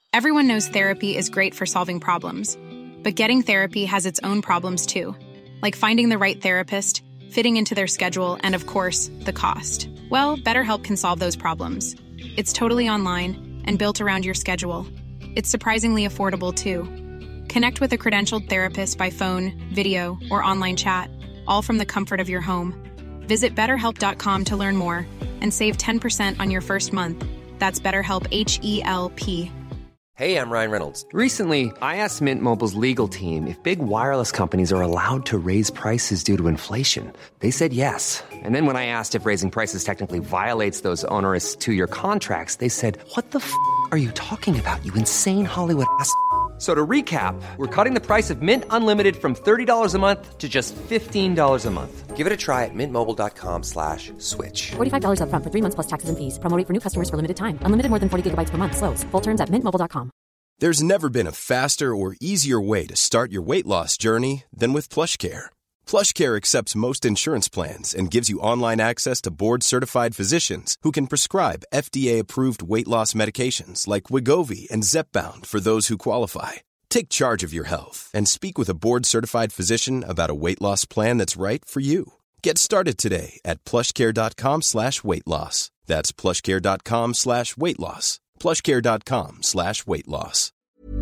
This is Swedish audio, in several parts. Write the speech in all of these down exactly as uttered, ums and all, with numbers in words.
Everyone knows therapy is great for solving problems, but getting therapy has its own problems too, like finding the right therapist, fitting into their schedule, and of course, the cost. Well, BetterHelp can solve those problems. It's totally online and built around your schedule. It's surprisingly affordable too. Connect with a credentialed therapist by phone, video, or online chat, all from the comfort of your home. Visit better help dot com to learn more and save ten percent on your first month. That's BetterHelp, H E L P. Hey, I'm Ryan Reynolds. Recently, I asked Mint Mobile's legal team if big wireless companies are allowed to raise prices due to inflation. They said yes. And then when I asked if raising prices technically violates those onerous two-year contracts, they said, what the f*** are you talking about, you insane Hollywood ass f- So to recap, we're cutting the price of Mint Unlimited from thirty dollars a month to just fifteen dollars a month. Give it a try at mintmobile.com slash switch. forty-five dollars up front for three months plus taxes and fees. Promo rate for new customers for limited time. Unlimited more than forty gigabytes per month. Slows full terms at mint mobile dot com. There's never been a faster or easier way to start your weight loss journey than with PlushCare. PlushCare accepts most insurance plans and gives you online access to board-certified physicians who can prescribe F D A-approved weight loss medications like Wegovy and Zepbound for those who qualify. Take charge of your health and speak with a board-certified physician about a weight loss plan that's right for you. Get started today at plushcare.com slash weight loss. That's plushcare.com slash weight loss. plushcare.com slash weight loss.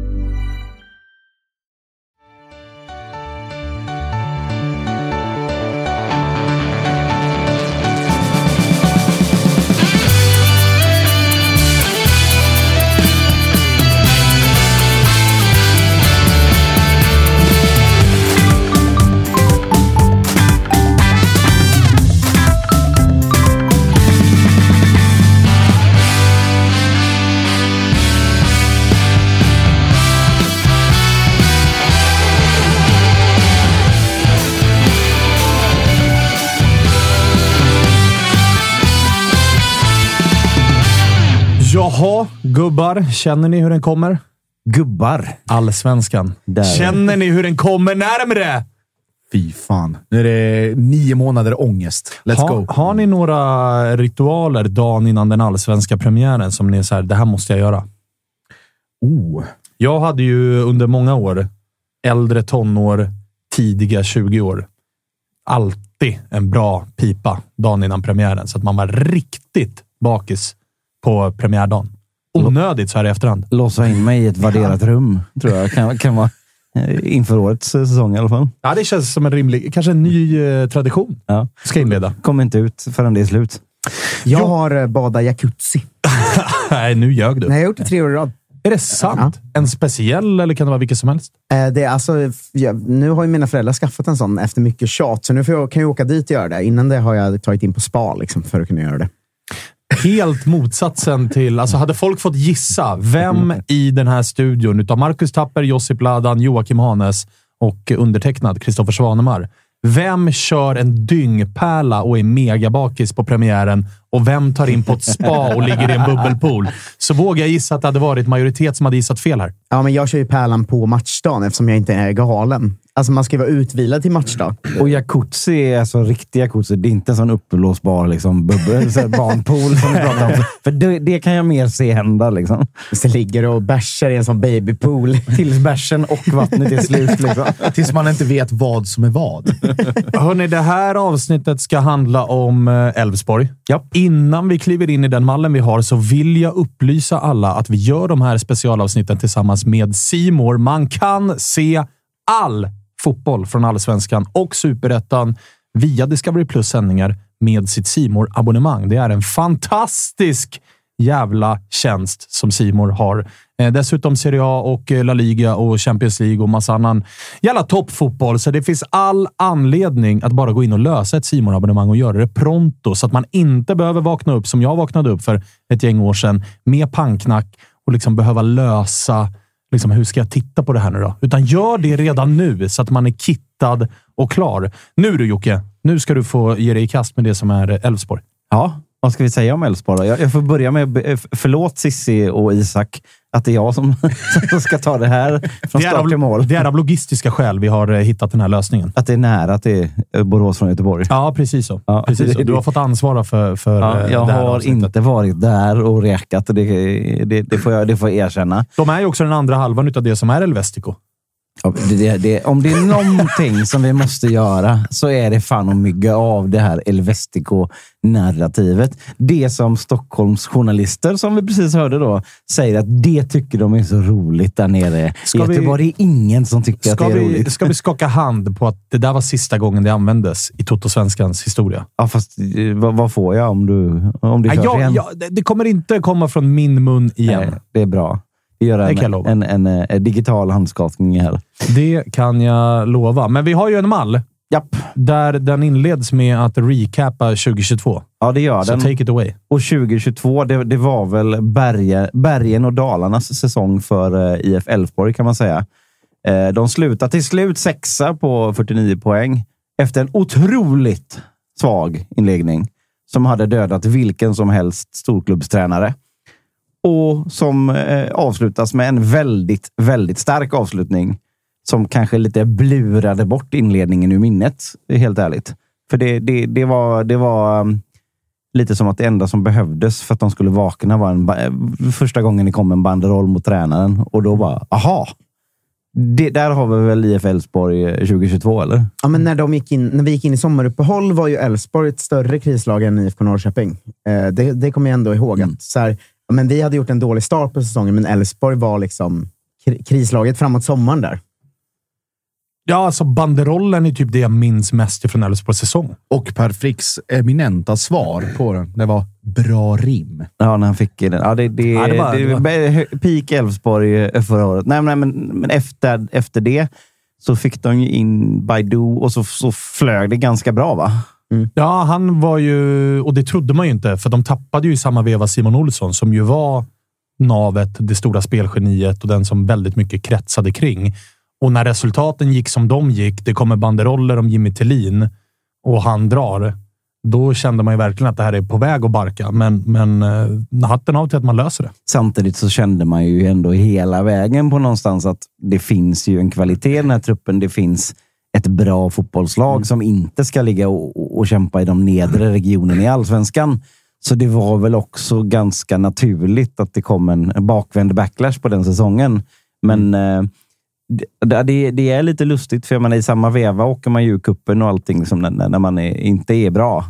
Jaha, gubbar, känner ni hur den kommer? Gubbar? Allsvenskan. Där. Känner ni hur den kommer närmare? Fy fan. Nu är det nio månader ångest. Let's ha, go. Har ni några ritualer dagen innan den allsvenska premiären som ni är så här, det här måste jag göra? Oh. Jag hade ju under många år, äldre tonår, tidiga tjugo år, alltid en bra pipa dagen innan premiären. Så att man var riktigt bakis på premiärdagen. Onödigt så här i efterhand. Låsa in mig i ett värderat rum, tror jag. Kan, kan vara inför årets säsong i alla fall. Ja, det känns som en rimlig, kanske en ny eh, tradition. Ja. Ska inleda. Kommer inte ut förrän det är slut. Jag har eh, badat jacuzzi. Nej, nu ljög du. Nej, jag har gjort det tre år i rad. Är det sant? Ja. En speciell eller kan det vara vilket som helst? Eh, det är alltså, jag, nu har ju mina föräldrar skaffat en sån efter mycket tjat. Så nu får jag, kan jag åka dit och göra det. Innan det har jag tagit in på spa liksom, för att kunna göra det. Helt motsatsen till... Alltså hade folk fått gissa vem i den här studion utav Marcus Tapper, Josip Ladan, Joakim Hanes och undertecknad Kristoffer Svanemar. Vem kör en dyngpärla och är megabakis på premiären och vem tar in på ett spa och ligger i en bubbelpool? Så vågar jag gissa att det hade varit majoritet som hade gissat fel här. Ja, men jag kör ju pärlan på matchdagen eftersom jag inte är galen. Alltså man ska vara utvilad till matchdag. Och jacuzzi är alltså riktig jacuzzi. Det är inte en sån uppblåsbar liksom, bubbel, så barnpool som vi pratar om. För det, det kan jag mer se hända liksom. Så ligger och bärsar i en sån babypool. Tills bärsen och vattnet är slut liksom. Tills man inte vet vad som är vad. Hörrni, det här avsnittet ska handla om Elfsborg. Ja. Innan vi kliver in i den mallen vi har så vill jag upplysa alla att vi gör de här specialavsnitten tillsammans med C More. Man kan se all fotboll från Allsvenskan och Superettan via Discovery Plus sändningar med sitt C More abonnemang. Det är en fantastisk jävla tjänst som C More har. Eh, dessutom Serie A och La Liga och Champions League och massa annan jävla toppfotboll. Så det finns all anledning att bara gå in och lösa ett C More abonnemang och göra det pronto så att man inte behöver vakna upp som jag vaknade upp för ett gäng år sedan med pangknack och liksom behöva lösa liksom, hur ska jag titta på det här nu då? Utan gör det redan nu så att man är kittad och klar. Nu du Jocke, nu ska du få ge dig i kast med det som är Elfsborg. Ja, vad ska vi säga om Elfsborg då? Jag, jag får börja med, förlåt Sissi och Isak. att det är jag som, som ska ta det här från start till mål. Det är av logistiska skäl vi har hittat den här lösningen. Att det är nära till Borås från Göteborg. Ja, precis så. Ja, precis så. Du har fått ansvara för, för ja, jag det här har avsnittet. inte varit där och rekat. Det, det, det, får jag, det får jag erkänna. De är ju också den andra halvan av det som är Elvestico. Ja, det, det, det, om det är någonting som vi måste göra så är det fan att mygga av det här Elvestico-narrativet. Det som Stockholms journalister, som vi precis hörde då, säger att det tycker de är så roligt där nere. I Göteborg är det ingen som tycker att det är vi, roligt. Ska vi skaka hand på att det där var sista gången det användes i Toto-svenskans historia? Ja, fast vad, vad får jag om du om det ja, körs ja, igen? ja, det, det kommer inte komma från min mun igen. Nej, det är bra. Vi gör en, en, en, en, en digital handskakning här. Det kan jag lova. Men vi har ju en mall. Japp. Där den inleds med att recappa tjugohundratjugotvå. Ja, det gör Så den. take it away. Och tjugohundratjugotvå, det, det var väl Berge, Bergen och Dalarnas säsong för uh, I F Elfsborg kan man säga. Uh, de slutade till slut sexa på fyrtionio poäng efter en otroligt svag inläggning som hade dödat vilken som helst storklubbstränare. Och som eh, avslutas med en väldigt, väldigt stark avslutning som kanske lite blurade bort inledningen ur minnet, helt ärligt. För det, det, det var, det var um, lite som att det enda som behövdes för att de skulle vakna var en, första gången det kom en banderoll mot tränaren. Och då bara, aha! Det, där har vi väl I F Elfsborg tjugohundratjugotvå, eller? Ja, men när, de gick in, när vi gick in i sommaruppehåll var ju Elfsborg ett större krislag än I F K Norrköping. Eh, det, det kommer jag ändå ihåg. Mm. Att, så här, ja, men vi hade gjort en dålig start på säsongen, men Elfsborg var liksom kri- krislaget framåt sommaren där. Ja, alltså banderollen är typ det jag minns mest från Elfsborgs säsong. Och Per Fricks eminenta svar på den, det var bra rim. Ja, när han fick den. Ja, det, det, Ja, det var- det, det var- peak Elfsborg förra året. Nej, nej men, men efter, efter det så fick de ju in Baidu och så, så flög det ganska bra, va? Mm. Ja, han var ju... Och det trodde man ju inte, för de tappade ju i samma veva Simon Olsson, som ju var navet, det stora spelgeniet och den som väldigt mycket kretsade kring. Och när resultaten gick som de gick, det kommer banderoller om Jimmy Tillin och han drar, då kände man ju verkligen att det här är på väg att barka. Men, men hatten av till att man löser det. Samtidigt så kände man ju ändå hela vägen på någonstans att det finns ju en kvalitet i den här truppen. Det finns ett bra fotbollslag mm. som inte ska ligga och, och kämpa i de nedre regionerna i Allsvenskan. Så det var väl också ganska naturligt att det kom en bakvänd backlash på den säsongen. Men mm. eh, det, det, det är lite lustigt, för man är i samma veva åker man ju kuppen och allting som när, när man är, inte är bra.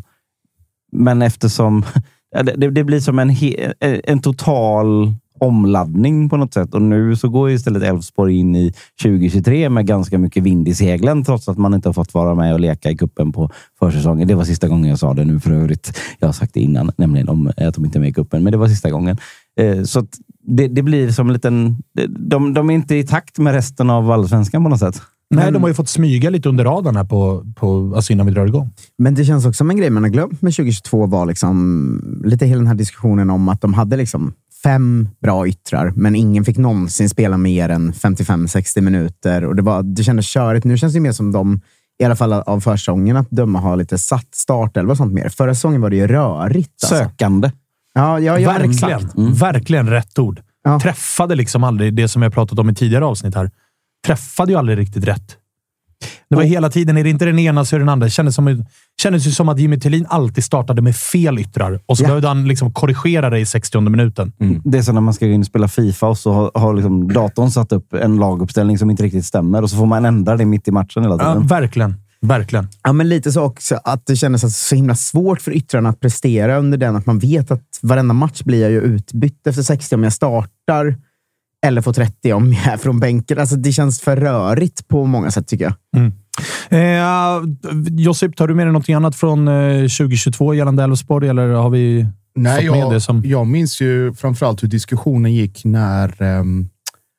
Men eftersom det, det blir som en, en total omladdning på något sätt. Och nu så går istället Elfsborg in i tjugohundratjugotre med ganska mycket vind i seglen, trots att man inte har fått vara med och leka i kuppen på försäsongen. Det var sista gången jag sa det nu för övrigt. Jag har sagt det innan, nämligen om att de inte är med i kuppen. Men det var sista gången. Eh, så att det, det blir som en liten... De, de är inte i takt med resten av allsvenskan på något sätt. Nej, Men, de har ju fått smyga lite under radarn här på, på, alltså innan vi drar igång. men det känns också som en grej man har glömt med tjugohundratjugotvå var liksom lite hela den här diskussionen om att de hade liksom fem bra yttrar, men ingen fick någonsin spela mer än femtiofem sextio minuter. Och det, var, det kändes körigt. Nu känns det mer som de, i alla fall av försäsongen, att döma har lite satt start eller vad sånt mer. Förra säsongen var det ju rörigt. Alltså. Sökande. Ja, ja, ja, verkligen, exakt. mm. verkligen rätt ord. Ja. Träffade liksom aldrig det som jag pratat om i tidigare avsnitt här. Träffade ju aldrig riktigt rätt. Det var och, hela tiden, är det inte den ena så är det den andra. Det kändes, som, kändes ju som att Jimmy Tillin alltid startade med fel yttrar. Och så ja. behövde han liksom korrigera det i sextionde minuten. Mm. Det är så när man ska gå in och spela FIFA och så har, har liksom datorn satt upp en laguppställning som inte riktigt stämmer. Och så får man ändra det mitt i matchen hela tiden. Ja, verkligen. Verkligen. Ja, men lite så också att det kändes att det så himla svårt för yttrarna att prestera under den. Att man vet att varenda match blir jag ju utbytt efter sextio om jag startar. Eller får trettio om jag är från bänken. Alltså det känns för rörigt på många sätt tycker jag. Mm. Eh, Josip, tar du med dig något annat från eh, tjugohundratjugotvå gällande Elfsborg? Eller har vi Nej, fått med jag, det som... jag minns ju framförallt hur diskussionen gick när um,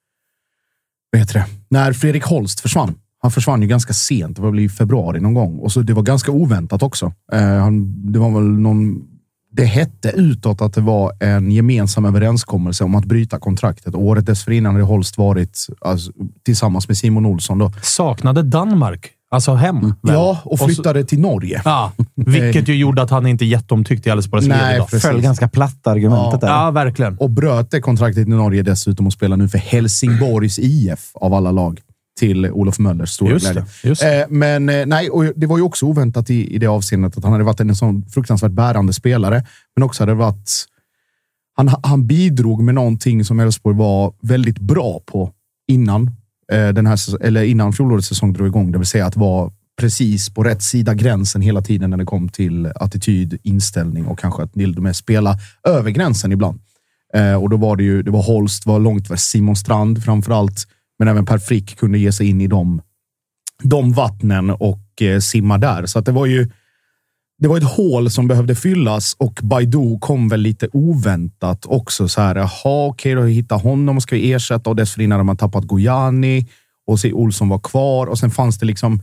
vad heter det? När Fredrik Holst försvann. Han försvann ju ganska sent. Det var väl i februari någon gång. Och så det var ganska oväntat också. Eh, han, det var väl någon... Det hette utåt att det var en gemensam överenskommelse om att bryta kontraktet. Året dessförinnan hade Holst varit alltså, tillsammans med Simon Olsson. Då. Saknade Danmark Alltså hem. Mm. Ja, och flyttade och så, till Norge. Ja, vilket ju gjorde att han inte är jätteomtyckt i Elfsborgs led idag. Föll ganska platt argumentet ja. där. Ja, verkligen. Och bröt det kontraktet i Norge dessutom och spelar nu för Helsingborgs I F av alla lag. Till Olof Möllers stora just glädje. Det, just det. Eh, men eh, nej, och det var ju också oväntat i, i det avseendet att han hade varit en sån fruktansvärt bärande spelare. Men också hade varit... Han, han bidrog med någonting som Elfsborg var väldigt bra på innan, eh, den här, eller innan fjolårets säsong drog igång. Det vill säga att vara precis på rätt sida gränsen hela tiden när det kom till attityd, inställning och kanske att till och med spela över gränsen ibland. Eh, och då var det ju, det var Holst, var långt för Simon Strand framförallt. Men även Per Frick kunde ge sig in i de, de vattnen och eh, simma där. Så att det var ju det var ett hål som behövde fyllas och Baidoo kom väl lite oväntat också. Så här, jaha, okej då, hitta honom och ska vi ersätta. Och dessförinnan hade man tappat Gojani och se Olsson var kvar. Och sen fanns det liksom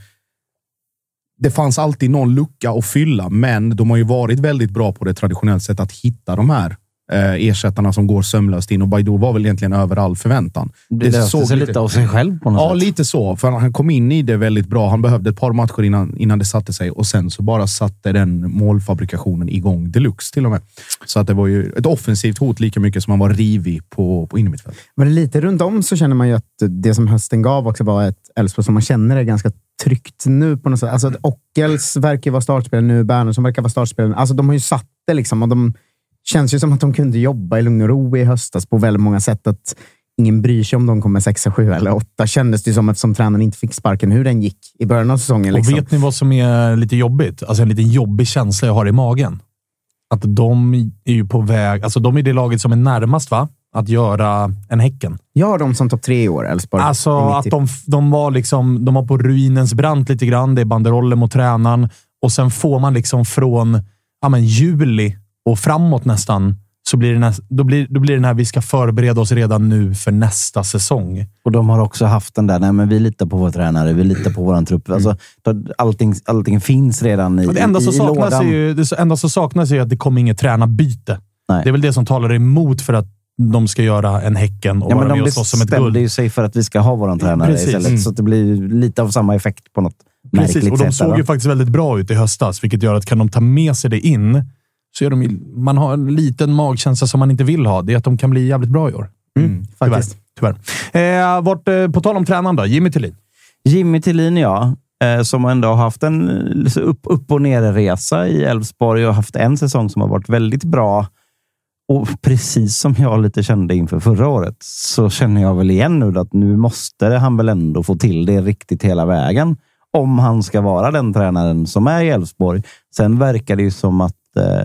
det fanns alltid någon lucka att fylla. Men de har ju varit väldigt bra på det traditionellt sätt att hitta de här Eh, ersättarna som går sömlöst in och Baidoo var väl egentligen över all förväntan. Det, det såg sig lite, lite av sig själv på något ja, sätt. Ja, lite så. För han kom in i det väldigt bra. Han behövde ett par matcher innan, innan det satte sig och sen så bara satte den målfabrikationen igång deluxe till och med. Så att det var ju ett offensivt hot lika mycket som han var rivig på, på innermittfält. Men lite runt om så känner man ju att det som hösten gav också var ett Elfsborg som man känner är ganska tryggt nu på något sätt. Alltså Ockels verkar vara startspelare nu, Berner som verkar vara startspelare. Alltså de har ju satt det liksom och de känns ju som att de kunde jobba i lugn och ro i höstas på väldigt många sätt. Att ingen bryr sig om de kommer sexa, sju eller åtta. Kändes det som eftersom tränaren inte fick sparken hur den gick i början av säsongen. Liksom. Och vet ni vad som är lite jobbigt? Alltså en liten jobbig känsla jag har i magen. Att de är ju på väg... Alltså de är det laget som är närmast, va? Att göra en Häcken. Ja, de som topp tre i år, Elfsborg. Alltså att de, de var liksom... De var på ruinens brant lite grann. Det är banderoller mot tränaren. Och sen får man liksom från ja, men juli och framåt nästan, så blir det näst, då, blir, då blir det den här vi ska förbereda oss redan nu för nästa säsong. Och de har också haft den där, nej men vi litar på vår tränare, vi litar på våran trupp. Alltså, allting, allting finns redan i, det enda som i, i saknas lådan. Är ju, det enda som saknas är att det kommer inget tränarbyte. Nej. Det är väl det som talar emot för att de ska göra en Häcken och ja, vara med oss oss som ett guld. De bestämde ju sig för att vi ska ha våran tränare Precis. istället. Mm. Så att det blir lite av samma effekt på något Precis. märkligt och de sätt. såg Eller? ju faktiskt väldigt bra ut i höstas, vilket gör att kan de ta med sig det in så är de, man har en liten magkänsla som man inte vill ha. Det är att de kan bli jävligt bra i år. Mm, mm, faktiskt. Tyvärr. tyvärr. Eh, vart, eh, på tal om tränaren då, Jimmy Tillin. Jimmy Tillin, ja. Eh, som ändå har haft en upp, upp- och ner-resa i Elfsborg och haft en säsong som har varit väldigt bra. Och precis som jag lite kände inför förra året så känner jag väl igen nu att nu måste han väl ändå få till det riktigt hela vägen. Om han ska vara den tränaren som är i Elfsborg. Sen verkar det ju som att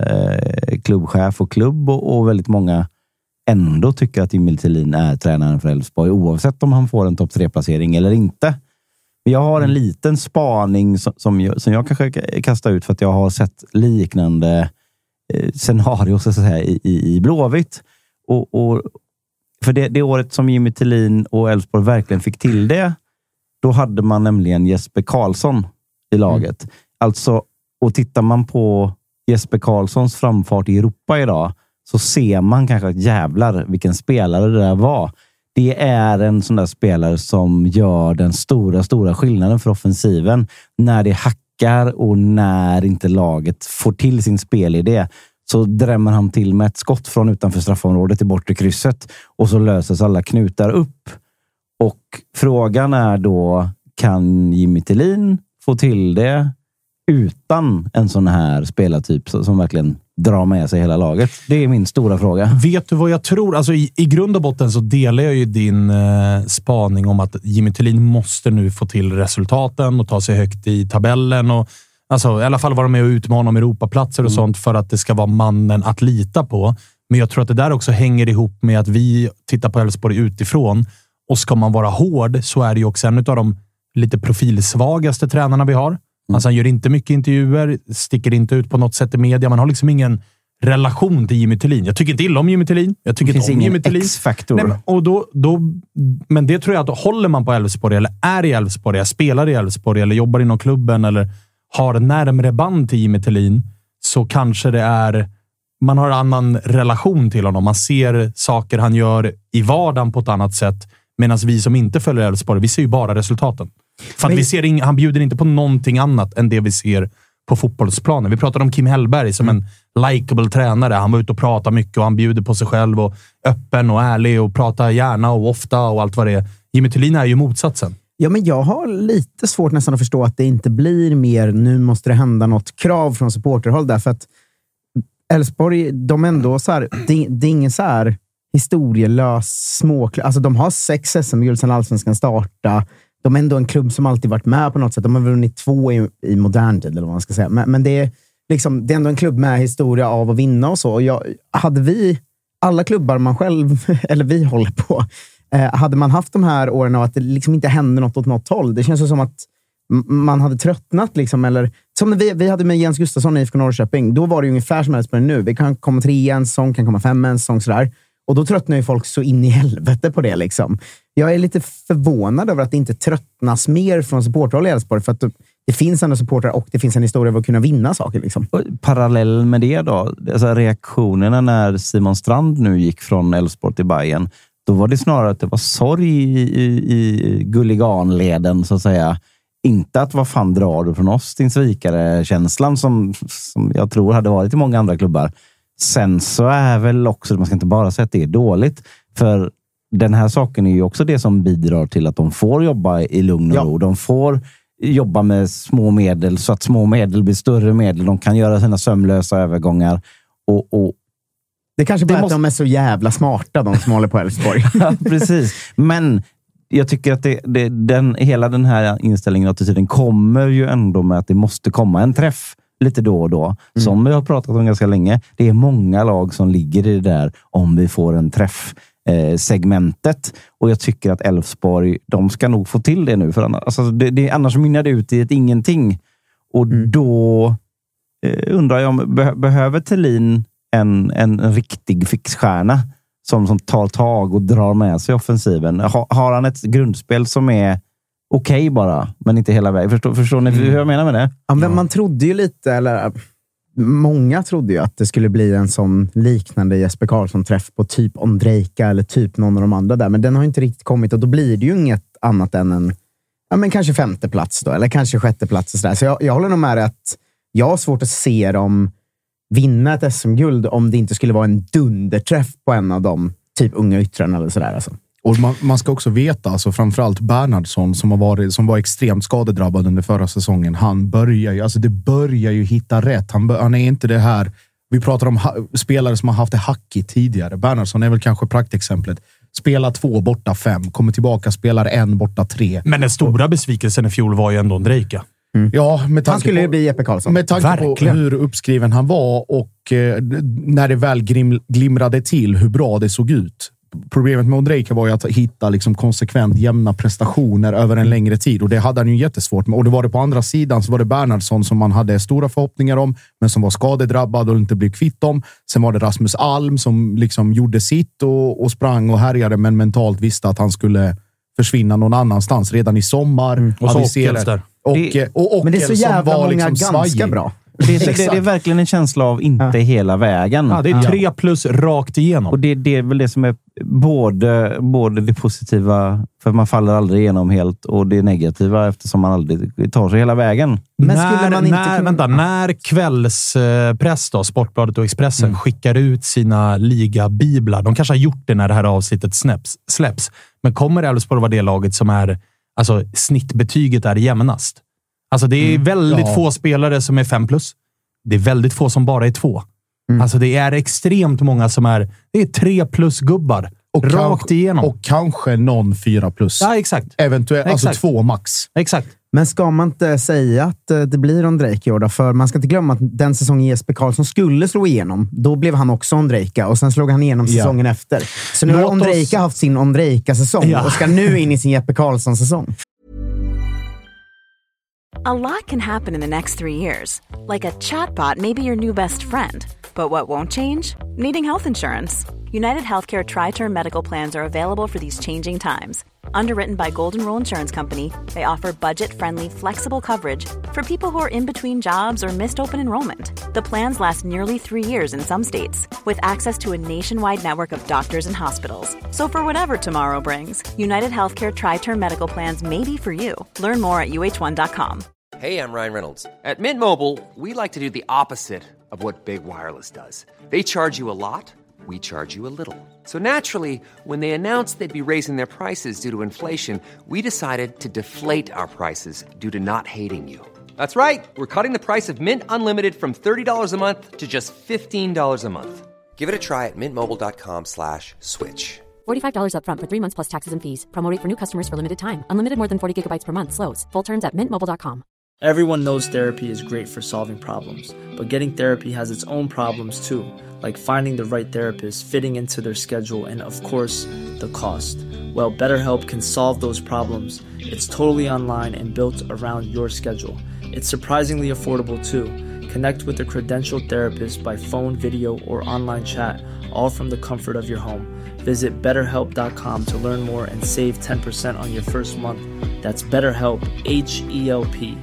eh, klubbchef och klubb och, och väldigt många ändå tycker att Jimmy Tillin är tränaren för Elfsborg oavsett om han får en topp tre-placering eller inte. Jag har en liten spaning som, som, jag, som jag kanske kastar ut för att jag har sett liknande eh, scenarier så att säga, i, i, i Blåvitt. Och, och, för det, det året som Jimmy Tillin och Elfsborg verkligen fick till det, då hade man nämligen Jesper Karlsson i laget. Mm. Alltså, och tittar man på Jesper Karlssons framfart i Europa idag så ser man kanske att jävlar vilken spelare det där var. Det är en sån där spelare som gör den stora, stora skillnaden för offensiven när det hackar och när inte laget får till sin spelidé. Så drämmer han till med ett skott från utanför straffområdet till bortre krysset och så löses alla knutar upp. Och frågan är då, kan Jimmy Tillin få till det utan en sån här spelartyp som verkligen drar med sig hela laget? Det är min stora fråga. Vet du vad jag tror? Alltså i, i grund och botten så delar jag ju din eh, spaning om att Jimmy Tillin måste nu få till resultaten och ta sig högt i tabellen och alltså, i alla fall vara med och utmana om Europaplatser och mm. sånt för att det ska vara mannen att lita på. Men jag tror att det där också hänger ihop med att vi tittar på Elfsborg utifrån och ska man vara hård så är det ju också en av de lite profilsvagaste tränarna vi har. Mm. Alltså han gör inte mycket intervjuer, sticker inte ut på något sätt i media. Man har liksom ingen relation till Jimmy Tillin. Jag tycker inte illa om Jimmy Tillin. Jag tycker inte om Jimmy Tillin. X-faktor. Nej, men, och då, då, men det tror jag att håller man på Elfsborg eller är i Elfsborg, eller spelar i Elfsborg eller jobbar inom klubben eller har närmare band till Jimmy Tillin så kanske det är man har en annan relation till honom. Man ser saker han gör i vardagen på ett annat sätt. Medan vi som inte följer Elfsborg, vi ser ju bara resultaten. För att Men... vi ser ing- han bjuder inte på någonting annat än det vi ser på fotbollsplanen. Vi pratade om Kim Hellberg som en likable tränare. Han var ute och pratade mycket och han bjuder på sig själv och öppen och ärlig och pratar gärna och ofta och allt vad det är. Jimmy Thulin är ju motsatsen. Ja, men jag har lite svårt nästan att förstå att det inte blir mer nu måste det hända något krav från supporterhåll därför att Elfsborg, de ändå så här, det, det är ingen så här historielös små, alltså de har sex S M-guld sedan Allsvenskan starta. De är ändå en klubb som alltid varit med på något sätt. De har vunnit två i, i modern tid, eller vad man ska säga. Men, men det, är liksom, det är ändå en klubb med historia av att vinna och så. Och jag, hade vi, alla klubbar man själv, eller vi håller på, eh, hade man haft de här åren av att det liksom inte händer något åt något håll. Det känns som att man hade tröttnat. Liksom, eller, som när vi, vi hade med Jens Gustafsson i I F K Norrköping. Då var det ungefär som helst på det nu. Vi kan komma tre en säsong, kan komma fem en säsong, sådär. Och då tröttnar ju folk så in i helvete på det. Liksom. Jag är lite förvånad över att det inte tröttnas mer från supporterhåll i Elfsborg. För att det finns ändå supportrar och det finns en historia av att kunna vinna saker. Liksom. Parallell med det då, alltså reaktionerna när Simon Strand nu gick från Elfsborg till Bayern, då var det snarare att det var sorg i, i, i gulliganleden så att säga. Inte att vad fan drar du från oss, din svikare-känslan som, som jag tror hade varit i många andra klubbar. Sen så är väl också, man ska inte bara säga att det är dåligt, för den här saken är ju också det som bidrar till att de får jobba i lugn och ro. Ja. De får jobba med små medel så att små medel blir större medel. De kan göra sina sömlösa övergångar. Och, och det kanske bara det måste... att de är så jävla smarta, de som håller på Elfsborg. Ja, precis. Men jag tycker att det, det, den, hela den här inställningen och attityden kommer ju ändå med att det måste komma en träff lite då och då. Mm. Som vi har pratat om ganska länge. Det är många lag som ligger i det där om vi får en träff eh, segmentet. Och jag tycker att Elfsborg, de ska nog få till det nu. För annars, alltså det, det, annars mynnar det ut i ett ingenting. Och mm. då eh, undrar jag om be, behöver Thelin en, en, en riktig fixstjärna som, som tar tag och drar med sig offensiven. Ha, har han ett grundspel som är okej okay bara, men inte hela vägen. Förstår, förstår ni mm. hur jag menar med det? Ja, men man trodde ju lite, eller många trodde ju att det skulle bli en sån liknande Jesper Karlsson-träff på typ Ondrejka eller typ någon av de andra där. Men den har inte riktigt kommit och då blir det ju inget annat än en, ja men kanske femte plats då, eller kanske sjätte plats och sådär. Så jag, jag håller nog med att jag har svårt att se dem vinna ett S M-guld om det inte skulle vara en dunderträff på en av de typ unga yttrarna eller sådär alltså. Och man, man ska också veta, alltså framförallt Bernhardsson som, har varit, som var extremt skadedrabbad under förra säsongen. Han börjar ju, alltså det börjar ju hitta rätt. Han, bör, han är inte det här, vi pratar om ha, spelare som har haft det hackigt tidigare. Bernhardsson är väl kanske praktexemplet. Spelar två, borta fem. Kommer tillbaka, spelar en, borta tre. Men den stora besvikelsen i fjol var ju ändå Ondrejka. Mm. Ja, med han skulle ju bli Jeppe Karlsson. Med tanke Verkligen. på hur uppskriven han var och eh, när det väl grim, glimrade till hur bra det såg ut. Problemet med Ondrejka var ju att hitta liksom konsekvent jämna prestationer över en längre tid och det hade han ju jättesvårt med. Och det var det på andra sidan så var det Bernhardsson som man hade stora förhoppningar om men som var skadedrabbad och inte blev kvitt om. Sen var det Rasmus Alm som liksom gjorde sitt och, och sprang och härjade men mentalt visste att han skulle försvinna någon annanstans redan i sommar. Mm. Och så Ockels där. Och, och, och men det är så jävla många liksom ganska svajig. bra. Det är, det, det är verkligen en känsla av inte ja. hela vägen. Ja, det är tre plus rakt igenom. Och det, det är väl det som är både, både det positiva, för man faller aldrig igenom helt, och det negativa eftersom man aldrig tar sig hela vägen. Men när, man inte när, kunna... vänta, när kvällspress då, Sportbladet och Expressen mm. skickar ut sina ligabiblar, de kanske har gjort det när det här avsnittet släpps, släpps. Men kommer Elfsborg vara det laget som är, alltså snittbetyget är jämnast? Alltså det är mm. väldigt ja. få spelare som är fem plus. Det är väldigt få som bara är två. Mm. Alltså det är extremt många som är, det är tre plus gubbar. Och rakt kanske, igenom. Och kanske någon fyra plus. Ja, exakt. Eventuellt, exakt. alltså två max. Exakt. Men ska man inte säga att det blir Ondrejka i år då? För man ska inte glömma att den säsongen Jesper Karlsson skulle slå igenom, då blev han också Ondrejka och sen slog han igenom säsongen ja. efter. Så nu Låt har Ondrejka oss... haft sin Ondrejka-säsong ja. och ska nu in i sin Jesper Karlsson-säsong. A lot can happen in the next three years. Like a chatbot may be your new best friend. But what won't change? Needing health insurance. United Healthcare Tri-Term Medical Plans are available for these changing times. Underwritten by Golden Rule Insurance Company, they offer budget-friendly, flexible coverage for people who are in between jobs or missed open enrollment. The plans last nearly three years in some states, with access to a nationwide network of doctors and hospitals. So for whatever tomorrow brings, United Healthcare Tri-Term Medical Plans may be for you. Learn more at U H one dot com. Hey, I'm Ryan Reynolds. At Mint Mobile, we like to do the opposite of what Big Wireless does. They charge you a lot, we charge you a little. So naturally, when they announced they'd be raising their prices due to inflation, we decided to deflate our prices due to not hating you. That's right. We're cutting the price of Mint Unlimited from thirty dollars a month to just fifteen dollars a month. Give it a try at mintmobile.com slash switch. forty-five dollars up front for three months plus taxes and fees. Promo rate for new customers for limited time. Unlimited more than forty gigabytes per month slows. Full terms at mint mobile dot com. Everyone knows therapy is great for solving problems, but getting therapy has its own problems too, like finding the right therapist, fitting into their schedule, and of course, the cost. Well, BetterHelp can solve those problems. It's totally online and built around your schedule. It's surprisingly affordable too. Connect with a credentialed therapist by phone, video, or online chat, all from the comfort of your home. Visit better help dot com to learn more and save ten percent on your first month. That's BetterHelp, H E L P.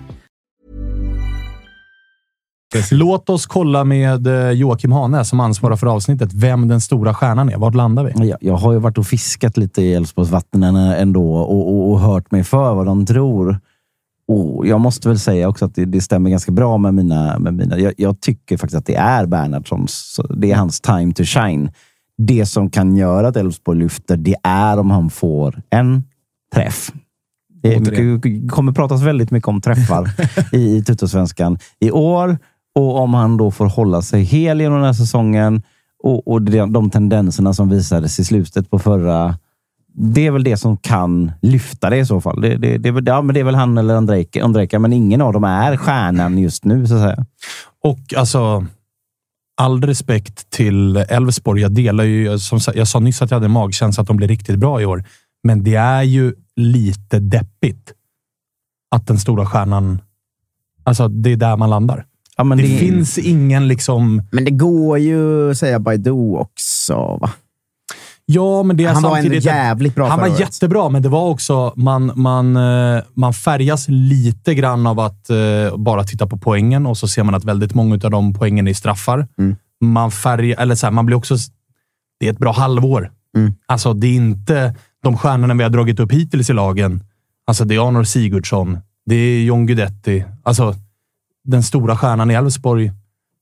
Låt oss kolla med Joakim Hane som ansvarar för avsnittet. Vem den stora stjärnan är. Vart landar vi? Jag, jag har ju varit och fiskat lite i Elfsborgs vatten ändå och, och, och hört mig för vad de tror. Och jag måste väl säga också att det, det stämmer ganska bra med mina... Med mina jag, jag tycker faktiskt att det är Bernhardssons. Det är hans time to shine. Det som kan göra att Elfsborg lyfter, det är om han får en träff. Det mycket, kommer pratas väldigt mycket om träffar i, i Tuttosvenskan i år. Och om han då får hålla sig hel genom den här säsongen och, och de, de tendenserna som visades i slutet på förra, det är väl det som kan lyfta det i så fall. Det, det, det, ja, men det är väl han eller Andrejka, Andrejka, men ingen av dem är stjärnan just nu så att säga. Och alltså, all respekt till Elfsborg. Jag delar ju, som jag sa nyss att jag hade magkänsla att de blir riktigt bra i år. Men det är ju lite deppigt att den stora stjärnan, alltså det är där man landar. Ja, men det, det finns ingen liksom... Men det går ju att säga Baidoo också, va? Ja, men det är han var samtidigt... en jävligt bra Han var året. jättebra, men det var också... Man, man, man färgas lite grann av att uh, bara titta på poängen och så ser man att väldigt många av de poängen är straffar. Mm. Man färgar... Eller så här, man blir också... Det är ett bra halvår. Mm. Alltså, det är inte de stjärnorna vi har dragit upp hittills i lagen. Alltså, det är Arnor Sigurdsson. Det är John Guidetti. Alltså... Den stora stjärnan i Elfsborg.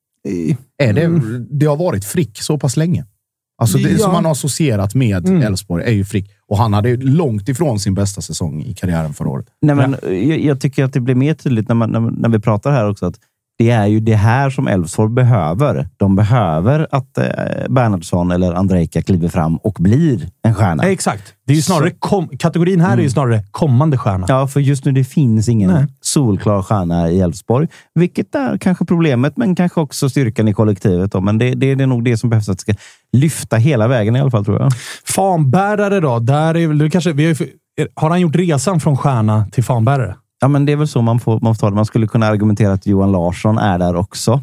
Är det, det har varit Frick så pass länge. Alltså det ja. som man har associerat med Elfsborg mm. är ju Frick. Och han hade långt ifrån sin bästa säsong i karriären förra året. Nej, men jag, jag tycker att det blir mer tydligt när, man, när, när vi pratar här också att det är ju det här som Elfsborg behöver. De behöver att eh, Bernhardsson eller Andrejka kliver fram och blir en stjärna. Ja, exakt. Det är ju snarare kom, kategorin här mm. är ju snarare kommande stjärna. Ja, för just nu det finns ingen Nej. solklar stjärna i Elfsborg. Vilket är kanske problemet, men kanske också styrkan i kollektivet. Då. Men det, det, det är nog det som behövs att ska lyfta hela vägen i alla fall, tror jag. Fanbärare då? Där är väl, kanske, vi har, har han gjort resan från stjärna till fanbärare? Ja, men det är väl så man får, man får ta det. Man skulle kunna argumentera att Johan Larsson är där också.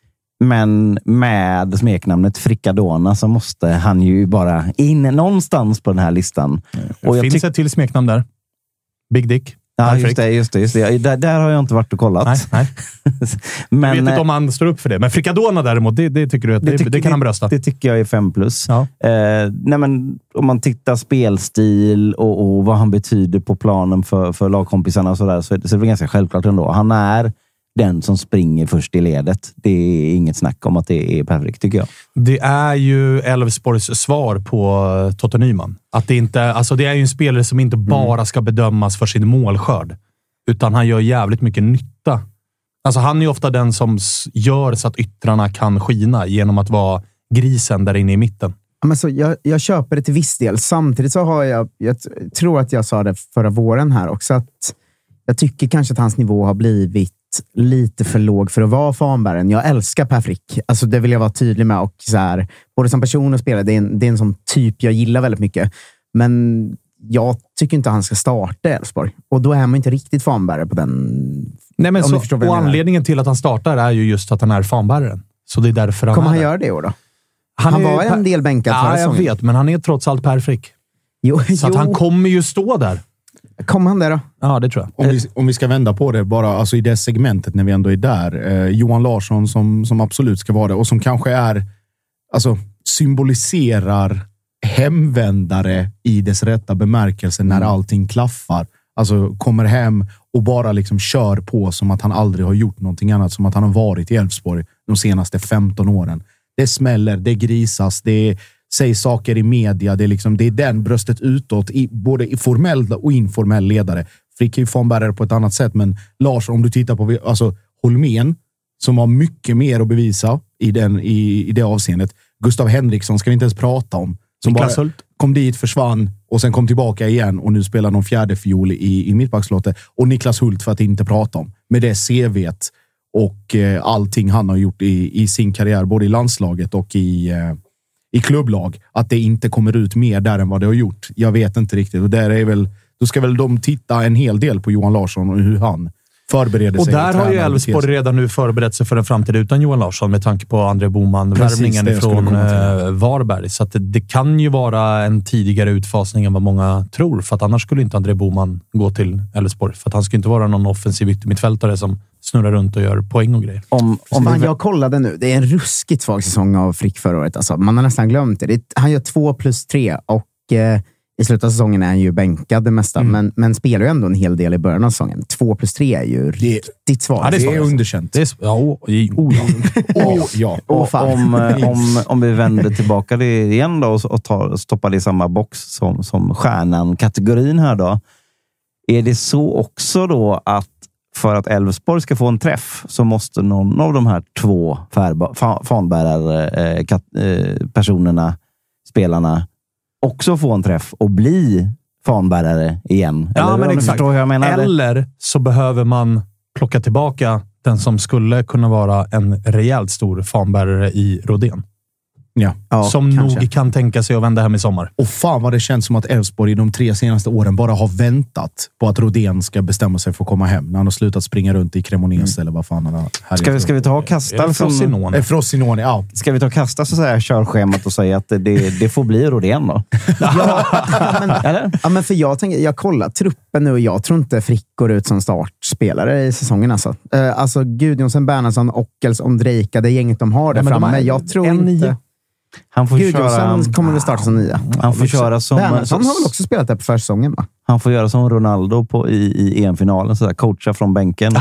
Men med smeknamnet Frickadona så måste han ju bara in någonstans på den här listan. Det och finns jag tyck- ett till smeknamn där. Big Dick. Ja, just det, just det, just det. Där, där har jag inte varit och kollat. Nej, nej. Men, jag vet inte om han står upp för det. Men Frickadona däremot, det, det tycker du att det, det, tycker, det kan han brösta. Det, det tycker jag är fem plus. Ja. Eh, nej men, om man tittar spelstil och, och vad han betyder på planen för, för lagkompisarna och sådär, så, så är det ganska självklart ändå. Han är den som springer först i ledet. Det är inget snack om att det är perfekt, tycker jag. Det är ju Elfsborgs svar på Totte Nyman. Att det, inte, alltså det är ju en spelare som inte bara ska bedömas för sin målskörd. Utan han gör jävligt mycket nytta. Alltså han är ju ofta den som gör så att yttrarna kan skina genom att vara grisen där inne i mitten. Ja, men så jag, jag köper det till viss del. Samtidigt så har jag, jag tror att jag sa det förra våren här också, att jag tycker kanske att hans nivå har blivit lite för låg för att vara fanbäraren. Jag älskar Per Frick. Alltså det vill jag vara tydlig med. Och så här, både som person och spelare, det är, en, det är en sån typ jag gillar väldigt mycket. Men jag tycker inte att han ska starta Elfsborg. Och då är man inte riktigt fanbärare på den. Nej, men så, och anledningen till att han startar är ju just att han är fanbäraren. Så det är därför han Kommer är han där. göra det i år då? Han, han var en del bänkad ja, förra jag säsongen. vet, men han är trots allt Per Frick. Jo, Så att jo. han kommer ju stå där. Kom han där då? Ja, det tror jag. Om vi, om vi ska vända på det, bara alltså i det segmentet när vi ändå är där. Eh, Johan Larsson som, som absolut ska vara det och som kanske är, alltså symboliserar hemvändare i dess rätta bemärkelse när mm. allting klaffar. Alltså kommer hem och bara liksom kör på som att han aldrig har gjort någonting annat, som att han har varit i Elfsborg de senaste femton åren. Det smäller, det grisas, det säger saker i media, det är liksom, det är den bröstet utåt, i, både i formell och informell ledare. Frick är ju fanbärare på ett annat sätt, men Lars, om du tittar på alltså Holmén, som har mycket mer att bevisa i, den, i, i det avseendet. Gustav Henriksson ska vi inte ens prata om. Som bara kom dit, försvann och sen kom tillbaka igen och nu spelar någon fjärde fiol i, i mittbackslottet. Och Niklas Hult för att inte prata om. Med det C V:t och eh, allting han har gjort i, i sin karriär, både i landslaget och i, eh, i klubblag. Att det inte kommer ut mer där än vad det har gjort. Jag vet inte riktigt. Och där är väl, då ska väl de titta en hel del på Johan Larsson och hur han förbereder och sig. Och där har ju Elfsborg redan nu förberett sig för en framtid utan Johan Larsson med tanke på André Boman-värvningen från eh, Varberg. Så att det, det kan ju vara en tidigare utfasning än vad många tror. För att annars skulle inte André Boman gå till Elfsborg. För att han skulle inte vara någon offensiv yttermittfältare som snurrar runt och gör poäng och grejer. Om, om Fan, jag kollade nu. Det är en ruskigt svag säsong av Frick förra året. Alltså, man har nästan glömt det. det är, han gör två plus tre och... Eh, i slutet av säsongen är han ju bänkad det mesta, mm. men, men spelar ju ändå en hel del i början av säsongen. Två plus tre är ju det, riktigt svagt. Ja, det är, det är underkänt. Det är, ja, oh, oh, ja. oh, ja. Och om, om, om vi vänder tillbaka det igen då och, och tar, stoppar det i samma box som, som stjärnan-kategorin här då. Är det så också då att för att Elfsborg ska få en träff så måste någon av de här två färba, fa, fanbärare eh, kat, eh, personerna, spelarna också få en träff och bli fanbärare igen. Ja, eller men exakt. Jag menar, eller så behöver man plocka tillbaka den som skulle kunna vara en rejält stor fanbärare i Rodén. Ja. ja, som kanske. nog kan tänka sig att vända hem i sommar. Och fan vad det känns som att Elfsborg i de tre senaste åren bara har väntat på att Rodén ska bestämma sig för att komma hem. När han har slutat springa runt i Cremonese mm. eller vad fan han har. Ska vi, ska vi ta och kasta Frosinone? Frosinone, ja. Ska vi ta och kasta så säga körschemat och säga att det, det får bli Rodén då? ja, men, eller? Ja, men för jag tänker, jag kollar truppen nu och jag tror inte Frick går ut som startspelare i säsongen alltså. Uh, alltså Gudjonsen, Bernhardsson, Ockels, Ondrejka, det gänget de har där ja, framme. Men jag tror inte... Nio. Han får köra... kommer väl starta som nia. Han får köra som... Bernhardsson har väl också spelat där på försäsongen, va? Han får göra som Ronaldo på, i, i E M-finalen. Sådär, coacha från bänken.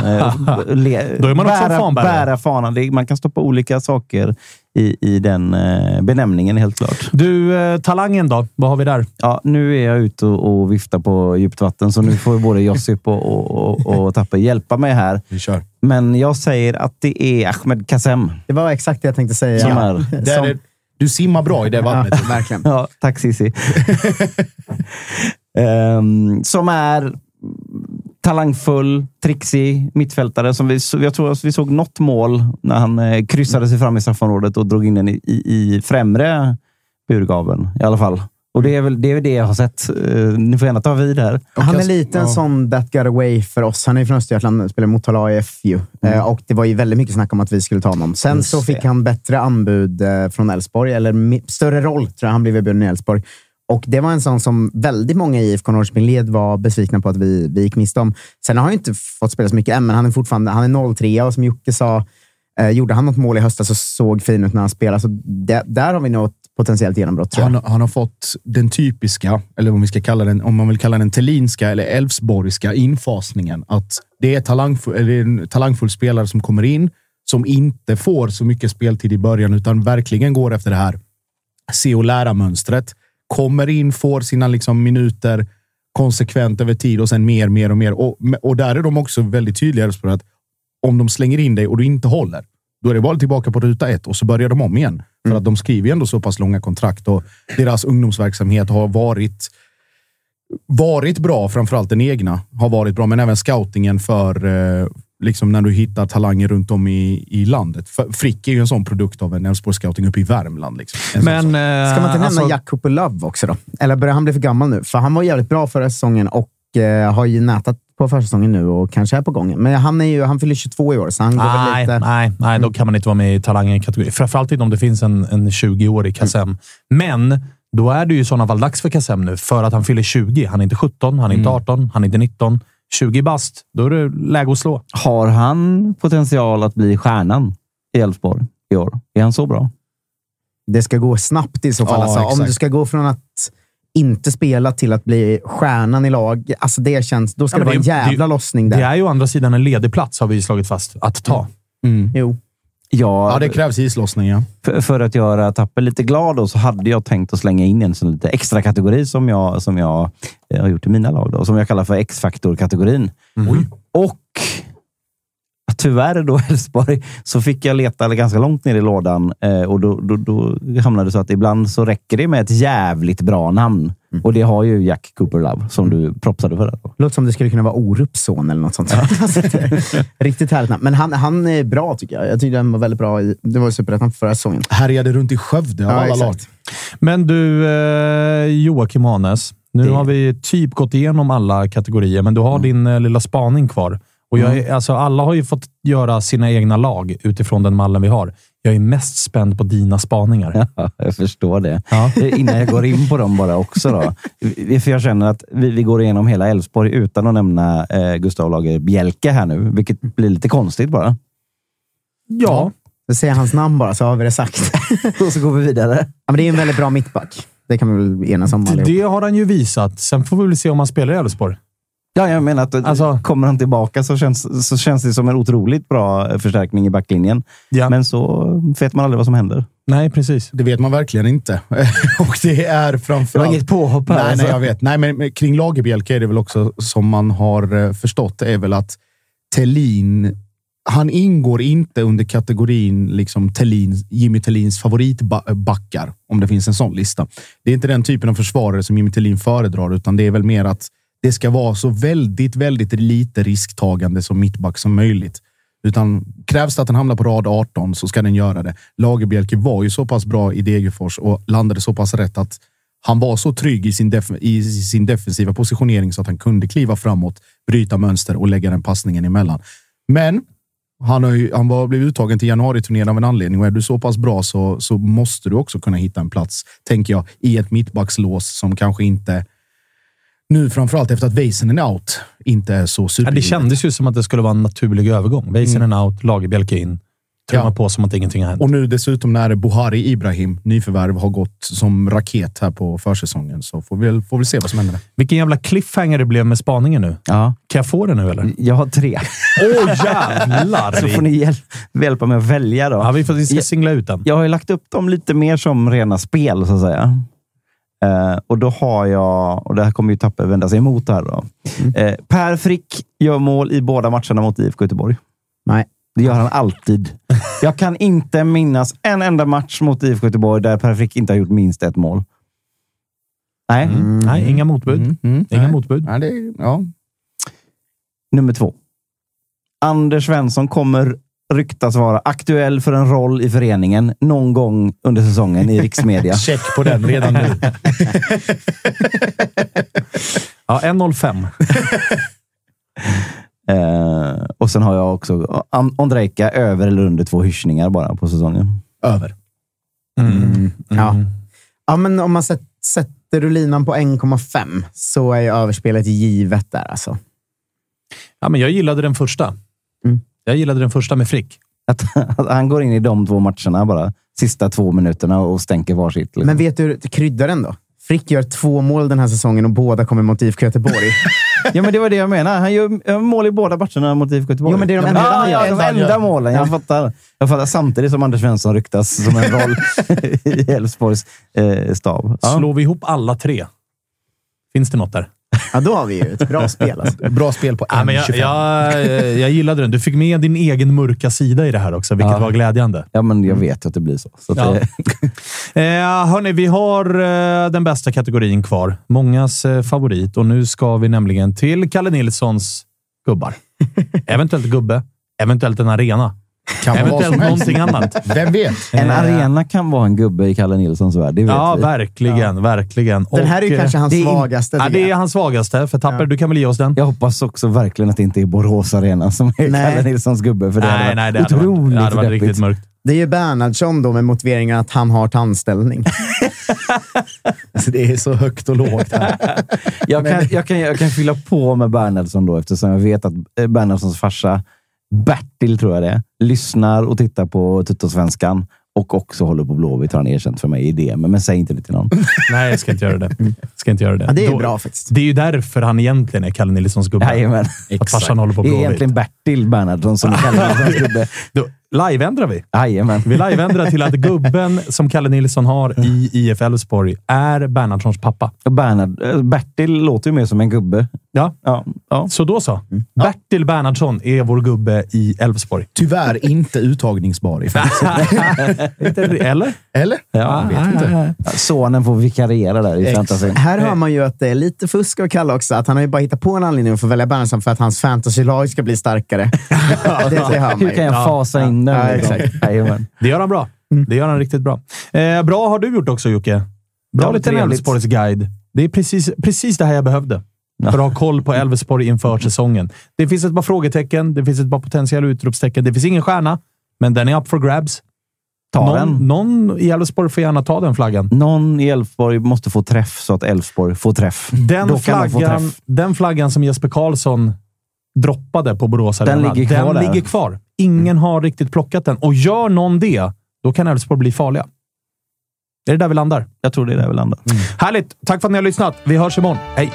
le, Då är man också bära, fanbärare. Bära fanan. Det, man kan stoppa olika saker i, i den eh, benämningen, helt klart. Du, eh, talangen då? Vad har vi där? Ja, nu är jag ute och, och viftar på djupt vatten. Så nu får både Josip och, och, och, och Tapper hjälpa mig här. Vi kör. Men jag säger att det är Ahmed Kassem. Det var exakt det jag tänkte säga. Som ja. är... Det är det. Du simmar bra i det vattnet. Ja, verkligen. Ja, tack Cici. um, som är talangfull, trixig mittfältare. Som vi, jag tror att vi såg något mål när han eh, kryssade sig fram i straffområdet och drog in den i, i, i främre burgaven i alla fall. Och det är väl det, är väl det jag har sett. Uh, ni får gärna ta vid här. Han är lite en ja. sån that got away för oss. Han är från Östergötland, spelar Motala A I F ju. Mm. Uh, och det var ju väldigt mycket snack om att vi skulle ta honom. Sen Just så fick det. han bättre anbud uh, från Elfsborg. Eller mi- större roll tror jag han blev erbjuden i Elfsborg. Och det var en sån som väldigt många i I F K Norrköping-led var besvikna på att vi, vi gick miste om. Sen har han ju inte fått spela så mycket än, men han är fortfarande han är noll tre och som Jocke sa, eh, gjorde han något mål i höstas så såg fin ut när han spelade. Så det, där har vi något potentiellt genombrott, tror jag. Han, han har fått den typiska, eller om vi ska kalla den, om man vill kalla den tellinska eller älvsborgska infasningen. Att det är, talangfull, eller en talangfull spelare som kommer in, som inte får så mycket speltid i början, utan verkligen går efter det här se och lära-mönstret. Kommer in, får sina liksom minuter konsekvent över tid och sen mer, mer och mer. Och, och där är de också väldigt tydliga på att om de slänger in dig och du inte håller, då är det bara tillbaka på ruta ett och så börjar de om igen. Mm. För att de skriver ändå så pass långa kontrakt och deras ungdomsverksamhet har varit varit bra, framförallt den egna har varit bra, men även scoutingen för eh, liksom när du hittar talanger runt om i, i landet. För Frick är ju en sån produkt av en Elfsborg-scouting uppe i Värmland. Liksom. Men, eh, ska man inte nämna alltså... Jack Cooper Love också då? Eller börjar han bli för gammal nu? För han var jävligt bra förra säsongen och eh, har ju nätat på försäsongen nu och kanske är på gång. Men han är ju han fyller tjugotvå i år, så han går nej, väl lite... Nej, nej, då kan man inte vara med i talangen-kategori. Framförallt inte om det finns en, en tjugo-årig Kassem. Mm. Men då är det ju i sådana fall dags för Kassem nu. För att han fyller tjugo. Han är inte sjutton, han är inte arton, han är inte nitton. tjugo bast. Då är det läge att slå. Har han potential att bli stjärnan i Elfsborg i år? Är han så bra? Det ska gå snabbt i så fall. Ja, alltså, om du ska gå från att inte spela till att bli stjärnan i lag. Alltså det känns, då ska ja, det vara en jävla det, lossning där. Det är ju å andra sidan en ledig plats har vi slagit fast att ta. Mm. Jo. Ja, ja, det krävs islossning, ja. För, för att göra Tapper lite glad då, så hade jag tänkt att slänga in en sån lite extra kategori som jag, som jag eh, har gjort i mina lag då, som jag kallar för X-faktor-kategorin. Mm. Och tyvärr då Elfsborg så fick jag leta ganska långt ner i lådan eh, och då, då, då hamnade det så att ibland så räcker det med ett jävligt bra namn. Mm. Och det har ju Jack Cooper Love som du propsade för. Det. Låter som det skulle kunna vara Orups son eller något sånt. Ja. Riktigt härligt namn. Men han, han är bra tycker jag. Jag tycker han var väldigt bra i, det var superettan förra säsongen. Härjade runt i Skövde av ja, alla exakt. lag. Men du, eh, Joakim Hanes. Nu det. har vi typ gått igenom alla kategorier, men du har mm. din eh, lilla spaning kvar. Och jag är, alltså, alla har ju fått göra sina egna lag utifrån den mallen vi har. Jag är mest spänd på dina spaningar. Ja, jag förstår det. Ja. Innan jag går in på dem bara också då. För jag känner att vi, vi går igenom hela Elfsborg utan att nämna eh, Gustav Lager Bjelke här nu. Vilket blir lite konstigt bara. Ja. Så säger hans namn bara så har vi det sagt. Och så går vi vidare. Ja, men det är en väldigt bra mittback. Det kan vi väl enas om allihop. Det har han ju visat. Sen får vi väl se om han spelar i Elfsborg. Ja, jag menar att alltså, kommer han tillbaka så känns, så känns det som en otroligt bra förstärkning i backlinjen. Ja. Men så vet man aldrig vad som händer. Nej, precis. Det vet man verkligen inte. Och det är framförallt... Det var inget påhopp här. Nej, alltså. nej, jag vet. Nej, men kring Lagerbjälke är det väl också som man har förstått är väl att Thelin, han ingår inte under kategorin liksom Thelin, Jimmy Thelins favoritbackar, om det finns en sån lista. Det är inte den typen av försvarare som Jimmy Thelin föredrar, utan det är väl mer att det ska vara så väldigt, väldigt lite risktagande som mittback som möjligt. Utan krävs det att den hamnar på rad arton så ska den göra det. Lagerbjälke var ju så pass bra i Degerfors och landade så pass rätt att han var så trygg i sin, def- i sin defensiva positionering så att han kunde kliva framåt, bryta mönster och lägga den passningen emellan. Men han, har ju, han var blivit uttagen till januari-turnén av en anledning och är du så pass bra så, så måste du också kunna hitta en plats, tänker jag, i ett mittbackslås som kanske inte nu framförallt efter att Väisänen är out inte är så super. Ja, det kändes ju som att det skulle vara en naturlig övergång. Väisänen mm. out, Lagerbjälke in. Trumma ja. på som att ingenting har hänt. Och nu dessutom när Buhari Ibrahim, nyförvärv, har gått som raket här på försäsongen så får vi, får vi se vad som händer. Vilken jävla cliffhanger det blev med spaningen nu. Ja. Kan jag få det nu eller? Jag har tre. Åh oh, jävlar! Så får ni hjäl- hjälpa mig att välja då. Ja, vi, får, vi ska jag, singla ut den. Jag har ju lagt upp dem lite mer som rena spel så att säga. Uh, och då har jag, och det här kommer ju Tapper vända sig emot här då. Mm. Uh, Per Frick gör mål i båda matcherna mot I F K Göteborg. Nej. Det gör han alltid. Jag kan inte minnas en enda match mot I F K Göteborg där Per Frick inte har gjort minst ett mål. Nej. Mm. Nej, inga motbud. Mm. Mm. Inga Nej. motbud. Nej, det, ja. Nummer två. Anders Svensson kommer ryktas vara aktuell för en roll i föreningen någon gång under säsongen i riksmedia. Check på den redan nu. Ja, en noll fem. uh, och sen har jag också Ondrejka över eller under två hyschningar bara på säsongen. Över. Mm. Mm. Ja. Ja, men om man sätter, sätter du linan på en komma fem så är ju överspelet givet där alltså. Ja, men jag gillade den första. Mm. Jag gillade den första med Frick. Att, att han går in i de två matcherna bara. Sista två minuterna och stänker varsitt. Liksom. Men vet du, kryddar den då? Frick gör två mål den här säsongen och båda kommer mot I F K Göteborg. Ja, men det var det jag menar. Han gör mål i båda matcherna mot I F K Göteborg. Jo, men det är de enda, ah, ja, de enda gör. målen. Jag fattar. Jag fattar samtidigt som Anders Svensson ryktas som en roll i Elfsborgs eh, stav. Ja. Slår vi ihop alla tre? Finns det något där? Ja, då har vi ju ett bra spel. Alltså. Bra spel på ja, men jag, jag, jag gillade den. Du fick med din egen mörka sida i det här också, vilket ja. var glädjande. Ja, men jag vet att det blir så. så att ja. det... eh, hörni, vi har eh, den bästa kategorin kvar. Mångas eh, favorit. Och nu ska vi nämligen till Kalle Nilssons gubbar. Eventuellt gubbe. Eventuellt en arena. Kan eventuellt någonting annat. Vem vet? En arena kan vara en gubbe i Kalle Nilssons värld. Det vet ja, vi. verkligen. Ja. verkligen. Den här är ju kanske hans det är, svagaste. Ja, det är hans svagaste. För Tapper, ja. du kan väl ge oss den? Jag hoppas också verkligen att det inte är Borås arena som är nej. Kalle Nilssons gubbe. För det nej, hade nej, det otroligt hade varit, det hade varit riktigt mörkt. Det är ju Bernhardsson då med motiveringen att han har tandställning. Alltså, det är så högt och lågt här. jag, kan, jag, kan, jag kan fylla på med Bernhardsson då, eftersom jag vet att Bernhardssons farsa Bertil, tror jag det, lyssnar och tittar på Tuttosvenskan och också håller på Blåvitt, har han erkänt för mig i det. Men, men säg inte det till någon. Nej, jag ska inte göra det. Ska inte göra det. Ja, det är Då, bra faktiskt. Det är ju därför han egentligen är Kalle Nilssons gubbe. Jajamän. Att farsan håller på Det är Blåvitt. egentligen Bertil Bernhardsson som är Kalle Nilssons gubbe. Då live-ändrar vi. Jajamän. Vi live-ändrar till att gubben som Kalle Nilsson har i I F Elfsborg är Bernhardssons pappa. Bernhard, Bertil låter ju mer som en gubbe. Ja, ja, ja. Så då så. Mm. Bertil Bernhardsson är vår gubbe i Elfsborg. Tyvärr inte uttagningsbar i Eller? Eller? Ja, jag vet inte. Sonen får vikariera där i fantasin. Här hör man ju att det är lite fusk av Kalle också. Att han har ju bara hittat på en anledning att få välja Bernhardsson för att hans fantasylag ska bli starkare. det, det hör man ju. Hur kan jag fasa in den? Ja, exakt. Det gör han bra. Det gör han riktigt bra. Eh, bra har du gjort också, Jocke. Bra Ja, lite Elfsborgs guide. Det är precis, precis det här jag behövde. För att ha koll på Elfsborg inför säsongen. Det finns ett par frågetecken. Det finns ett par potentiella utropstecken. Det finns ingen stjärna, men den är up for grabs. Ta någon, den. någon i Elfsborg får gärna ta den flaggan. Någon i Elfsborg måste få träff så att Elfsborg får träff. Den, Då kan de få flaggan, träff. den flaggan som Jesper Karlsson droppade på Borås Arena, Den ligger kvar den där. ligger kvar. Ingen har riktigt plockat den. Och gör någon det, då kan Elfsborg bli farliga. Är det där vi landar? Jag tror det är där vi landar. Mm. Härligt! Tack för att ni har lyssnat. Vi hörs imorgon. Hej!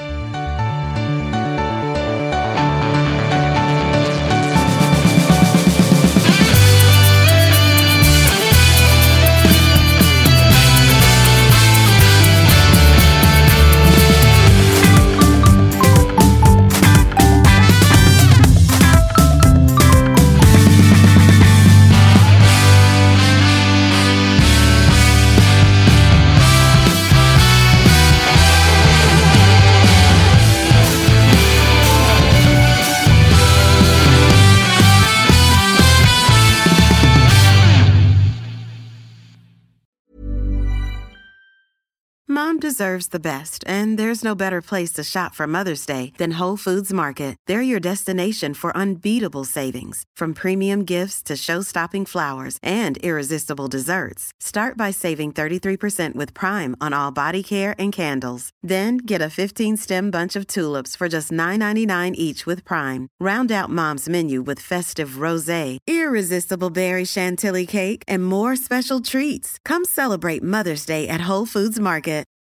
Mom deserves the best, and there's no better place to shop for Mother's Day than Whole Foods Market. They're your destination for unbeatable savings, from premium gifts to show-stopping flowers and irresistible desserts. Start by saving thirty-three percent with Prime on all body care and candles. Then get a fifteen-stem bunch of tulips for just nine ninety-nine each with Prime. Round out Mom's menu with festive rosé, irresistible berry chantilly cake, and more special treats. Come celebrate Mother's Day at Whole Foods Market.